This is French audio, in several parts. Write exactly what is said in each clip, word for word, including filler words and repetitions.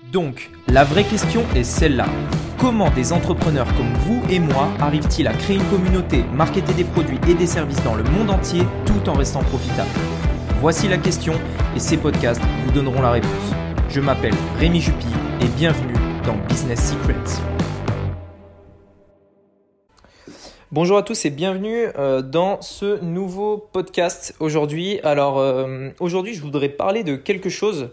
Donc, la vraie question est celle-là. Comment des entrepreneurs comme vous et moi arrivent-ils à créer une communauté, marketer des produits et des services dans le monde entier tout en restant profitables? Voici la question et ces podcasts vous donneront la réponse. Je m'appelle Rémi Jupy et bienvenue dans Business Secrets. Bonjour à tous et bienvenue euh, dans ce nouveau podcast aujourd'hui. Alors euh, aujourd'hui je voudrais parler de quelque chose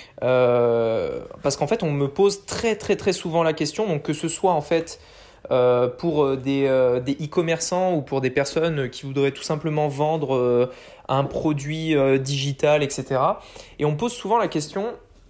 euh, parce qu'en fait on me pose très très très souvent la question, donc que ce soit en fait euh, pour des, euh, des e-commerçants ou pour des personnes qui voudraient tout simplement vendre euh, un produit euh, digital, et cetera. Et on me pose souvent la question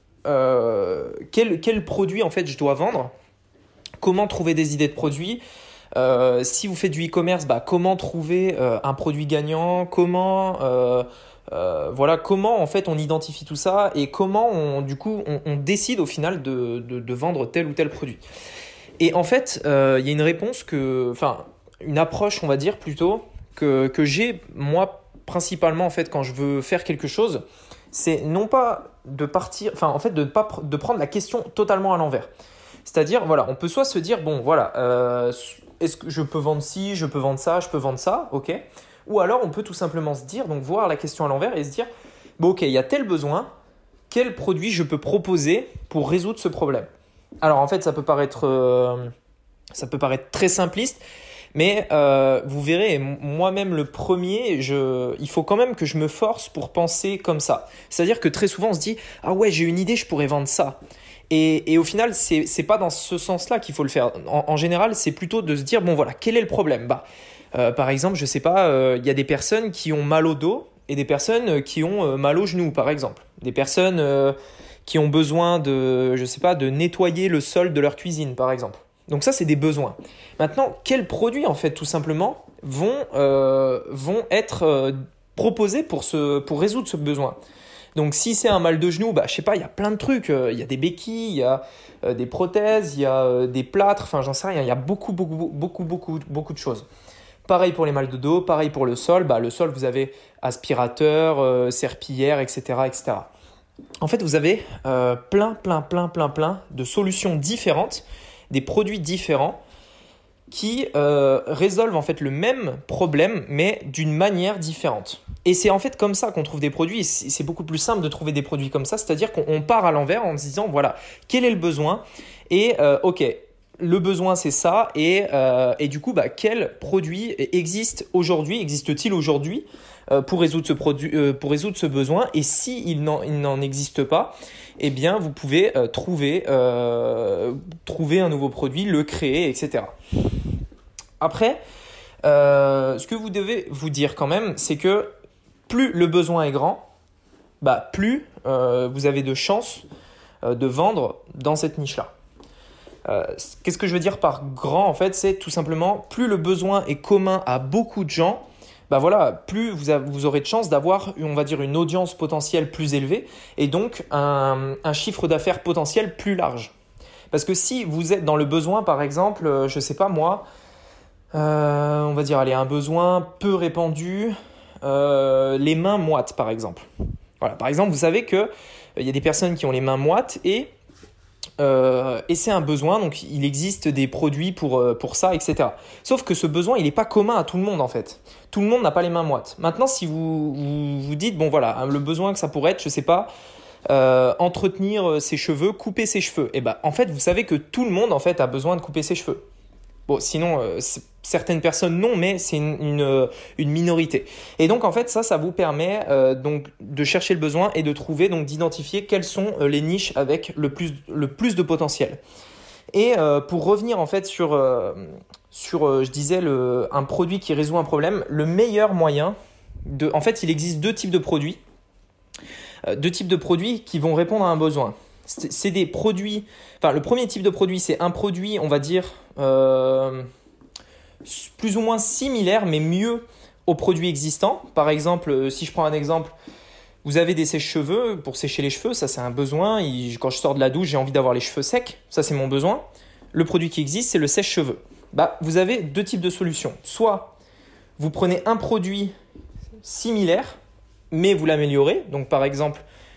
euh, quel, quel produit en fait je dois vendre, comment trouver des idées de produits. Euh, si vous faites du e-commerce, bah, comment trouver euh, un produit gagnant, comment, euh, euh, voilà, comment en fait on identifie tout ça et comment on, du coup on, on décide au final de, de, de vendre tel ou tel produit. Et en fait, euh, il y a une réponse que, enfin, une approche, on va dire plutôt que, que j'ai moi principalement en fait quand je veux faire quelque chose, c'est non pas de partir, enfin en fait de pas de prendre la question totalement à l'envers. C'est-à-dire, voilà, on peut soit se dire bon, voilà. Euh, Est-ce que je peux vendre ci, je peux vendre ça, je peux vendre ça, ok. Ou alors on peut tout simplement se dire, donc voir la question à l'envers et se dire, bon ok, il y a tel besoin, quel produit je peux proposer pour résoudre ce problème. Alors en fait, ça peut paraître, euh, ça peut paraître très simpliste, mais euh, vous verrez, moi-même le premier, je, il faut quand même que je me force pour penser comme ça. C'est-à-dire que très souvent on se dit, ah ouais, j'ai une idée, je pourrais vendre ça. Et, et au final, c'est c'est pas dans ce sens-là qu'il faut le faire. En, en général, c'est plutôt de se dire bon voilà, quel est le problème? Bah, euh, par exemple, je sais pas, il euh, y a des personnes qui ont mal au dos et des personnes qui ont euh, mal au genou, par exemple. Des personnes euh, qui ont besoin de, je sais pas, de nettoyer le sol de leur cuisine, par exemple. Donc ça, c'est des besoins. Maintenant, quels produits en fait, tout simplement, vont euh, vont être euh, proposés pour ce pour résoudre ce besoin? Donc si c'est un mal de genou, bah, je sais pas, il y a plein de trucs. Il y a des béquilles, il y a euh, des prothèses, il y a euh, des plâtres, enfin j'en sais rien. Il y a beaucoup, beaucoup, beaucoup, beaucoup, beaucoup de choses. Pareil pour les mal de dos, pareil pour le sol. Bah, le sol, vous avez aspirateur, euh, serpillière, et cetera, et cetera. En fait, vous avez euh, plein, plein, plein, plein, plein de solutions différentes, des produits différents qui euh, résolvent en fait le même problème, mais d'une manière différente. Et c'est en fait comme ça qu'on trouve des produits. C'est beaucoup plus simple de trouver des produits comme ça, c'est-à-dire qu'on part à l'envers en se disant voilà, quel est le besoin? Et euh, ok, le besoin c'est ça, et, euh, et du coup, bah, quel produit existe aujourd'hui, existe-t-il aujourd'hui euh, pour résoudre ce produit, euh, pour résoudre ce besoin? Et s'il n'en, il n'en existe pas, eh bien vous pouvez euh, trouver, euh, trouver un nouveau produit, le créer, et cetera. Après, euh, ce que vous devez vous dire quand même, c'est que plus le besoin est grand, bah, plus euh, vous avez de chances euh, de vendre dans cette niche-là. Euh, qu'est-ce que je veux dire par grand en fait? C'est tout simplement plus le besoin est commun à beaucoup de gens, bah voilà, plus vous, avez, vous aurez de chances d'avoir, on va dire, une audience potentielle plus élevée et donc un, un chiffre d'affaires potentiel plus large. Parce que si vous êtes dans le besoin, par exemple, euh, je ne sais pas moi, euh, on va dire, allez, un besoin peu répandu, euh, les mains moites par exemple. Voilà, par exemple, vous savez qu'il euh, y a des personnes qui ont les mains moites et, euh, et c'est un besoin, donc il existe des produits pour, euh, pour ça, et cetera. Sauf que ce besoin, il n'est pas commun à tout le monde en fait. Tout le monde n'a pas les mains moites. Maintenant, si vous vous, vous dites, bon voilà, le besoin que ça pourrait être, je ne sais pas, Euh, entretenir ses cheveux, couper ses cheveux. Et ben, en fait, vous savez que tout le monde en fait a besoin de couper ses cheveux. Bon, sinon, euh, certaines personnes non, mais c'est une, une, une minorité. Et donc, en fait, ça, ça vous permet euh, donc de chercher le besoin et de trouver, donc d'identifier quelles sont euh, les niches avec le plus, le plus de potentiel. Et euh, pour revenir en fait sur, euh, sur euh, je disais, le, un produit qui résout un problème, le meilleur moyen, de, en fait, il existe deux types de produits. Deux types de produits qui vont répondre à un besoin. C'est, c'est des produits, enfin le premier type de produit, c'est un produit, on va dire, euh, plus ou moins similaire, mais mieux aux produits existants. Par exemple, si je prends un exemple, vous avez des sèche-cheveux pour sécher les cheveux, ça c'est un besoin. Il, quand je sors de la douche, j'ai envie d'avoir les cheveux secs, ça c'est mon besoin. Le produit qui existe, c'est le sèche-cheveux. Bah, vous avez deux types de solutions. Soit vous prenez un produit similaire, mais vous l'améliorez. Donc par exemple,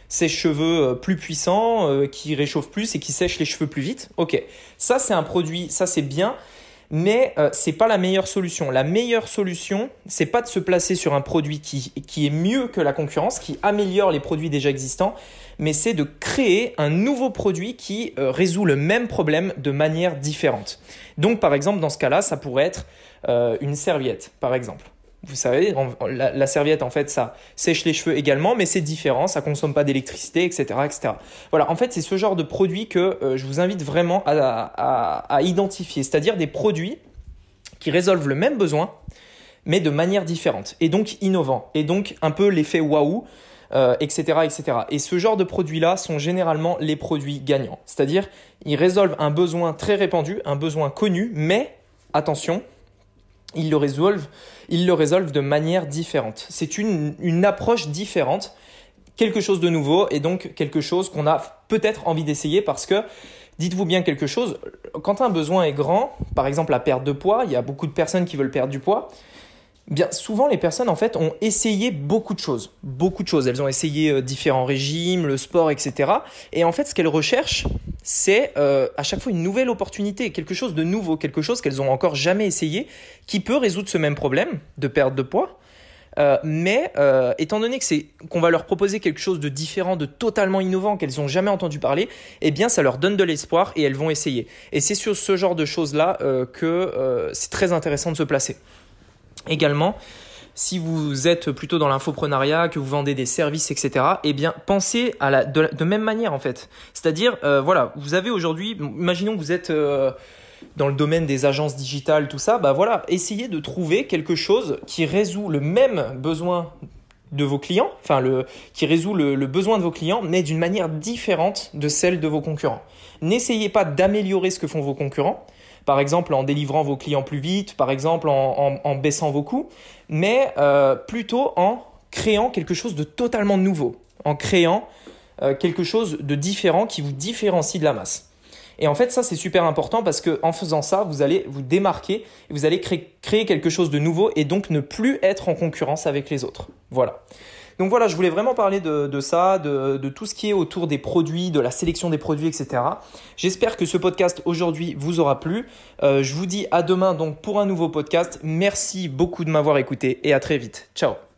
sèche-cheveux plus puissant, euh, qui réchauffe plus et qui sèche les cheveux plus vite. Ok, ça c'est un produit, ça c'est bien, mais euh, c'est pas la meilleure solution. La meilleure solution, c'est pas de se placer sur un produit qui, qui est mieux que la concurrence, qui améliore les produits déjà existants, mais c'est de créer un nouveau produit qui euh, résout le même problème de manière différente. Donc par exemple, dans ce cas-là, ça pourrait être euh, une serviette, par exemple. Vous savez, la, la serviette, en fait, ça sèche les cheveux également, mais c'est différent, ça ne consomme pas d'électricité, et cetera, et cetera. Voilà, en fait, c'est ce genre de produit que euh, je vous invite vraiment à, à, à identifier, c'est-à-dire des produits qui résolvent le même besoin, mais de manière différente, et donc innovants, et donc un peu l'effet waouh, euh, et cetera, et cetera. Et ce genre de produits-là sont généralement les produits gagnants, c'est-à-dire ils résolvent un besoin très répandu, un besoin connu, mais attention, Ils le résolvent, ils le résolvent de manière différente. C'est une, une approche différente, quelque chose de nouveau et donc quelque chose qu'on a peut-être envie d'essayer parce que, dites-vous bien quelque chose, quand un besoin est grand, par exemple la perte de poids, il y a beaucoup de personnes qui veulent perdre du poids, bien souvent les personnes en fait ont essayé beaucoup de choses, beaucoup de choses. Elles ont essayé euh, différents régimes, le sport, et cetera. Et en fait, ce qu'elles recherchent, c'est euh, à chaque fois une nouvelle opportunité, quelque chose de nouveau, quelque chose qu'elles n'ont encore jamais essayé, qui peut résoudre ce même problème de perte de poids. Euh, mais euh, étant donné que c'est, qu'on va leur proposer quelque chose de différent, de totalement innovant, qu'elles n'ont jamais entendu parler, eh bien ça leur donne de l'espoir et elles vont essayer. Et c'est sur ce genre de choses-là euh, que euh, c'est très intéressant de se placer. Également, si vous êtes plutôt dans l'infoprenariat, que vous vendez des services, et cetera, eh bien, pensez à la, de, de même manière en fait. C'est-à-dire, euh, voilà, vous avez aujourd'hui, imaginons que vous êtes euh, dans le domaine des agences digitales, tout ça, bah voilà, essayez de trouver quelque chose qui résout le même besoin de vos clients, enfin le, qui résout le, le besoin de vos clients, mais d'une manière différente de celle de vos concurrents. N'essayez pas d'améliorer ce que font vos concurrents, par exemple en délivrant vos clients plus vite, par exemple en, en, en baissant vos coûts, mais euh, plutôt en créant quelque chose de totalement nouveau, en créant euh, quelque chose de différent qui vous différencie de la masse. Et en fait, ça, c'est super important parce qu'en faisant ça, vous allez vous démarquer et vous allez créer, créer quelque chose de nouveau et donc ne plus être en concurrence avec les autres. Voilà. Donc voilà, je voulais vraiment parler de, de ça, de, de tout ce qui est autour des produits, de la sélection des produits, et cetera. J'espère que ce podcast aujourd'hui vous aura plu. Euh, je vous dis à demain donc pour un nouveau podcast. Merci beaucoup de m'avoir écouté et à très vite. Ciao.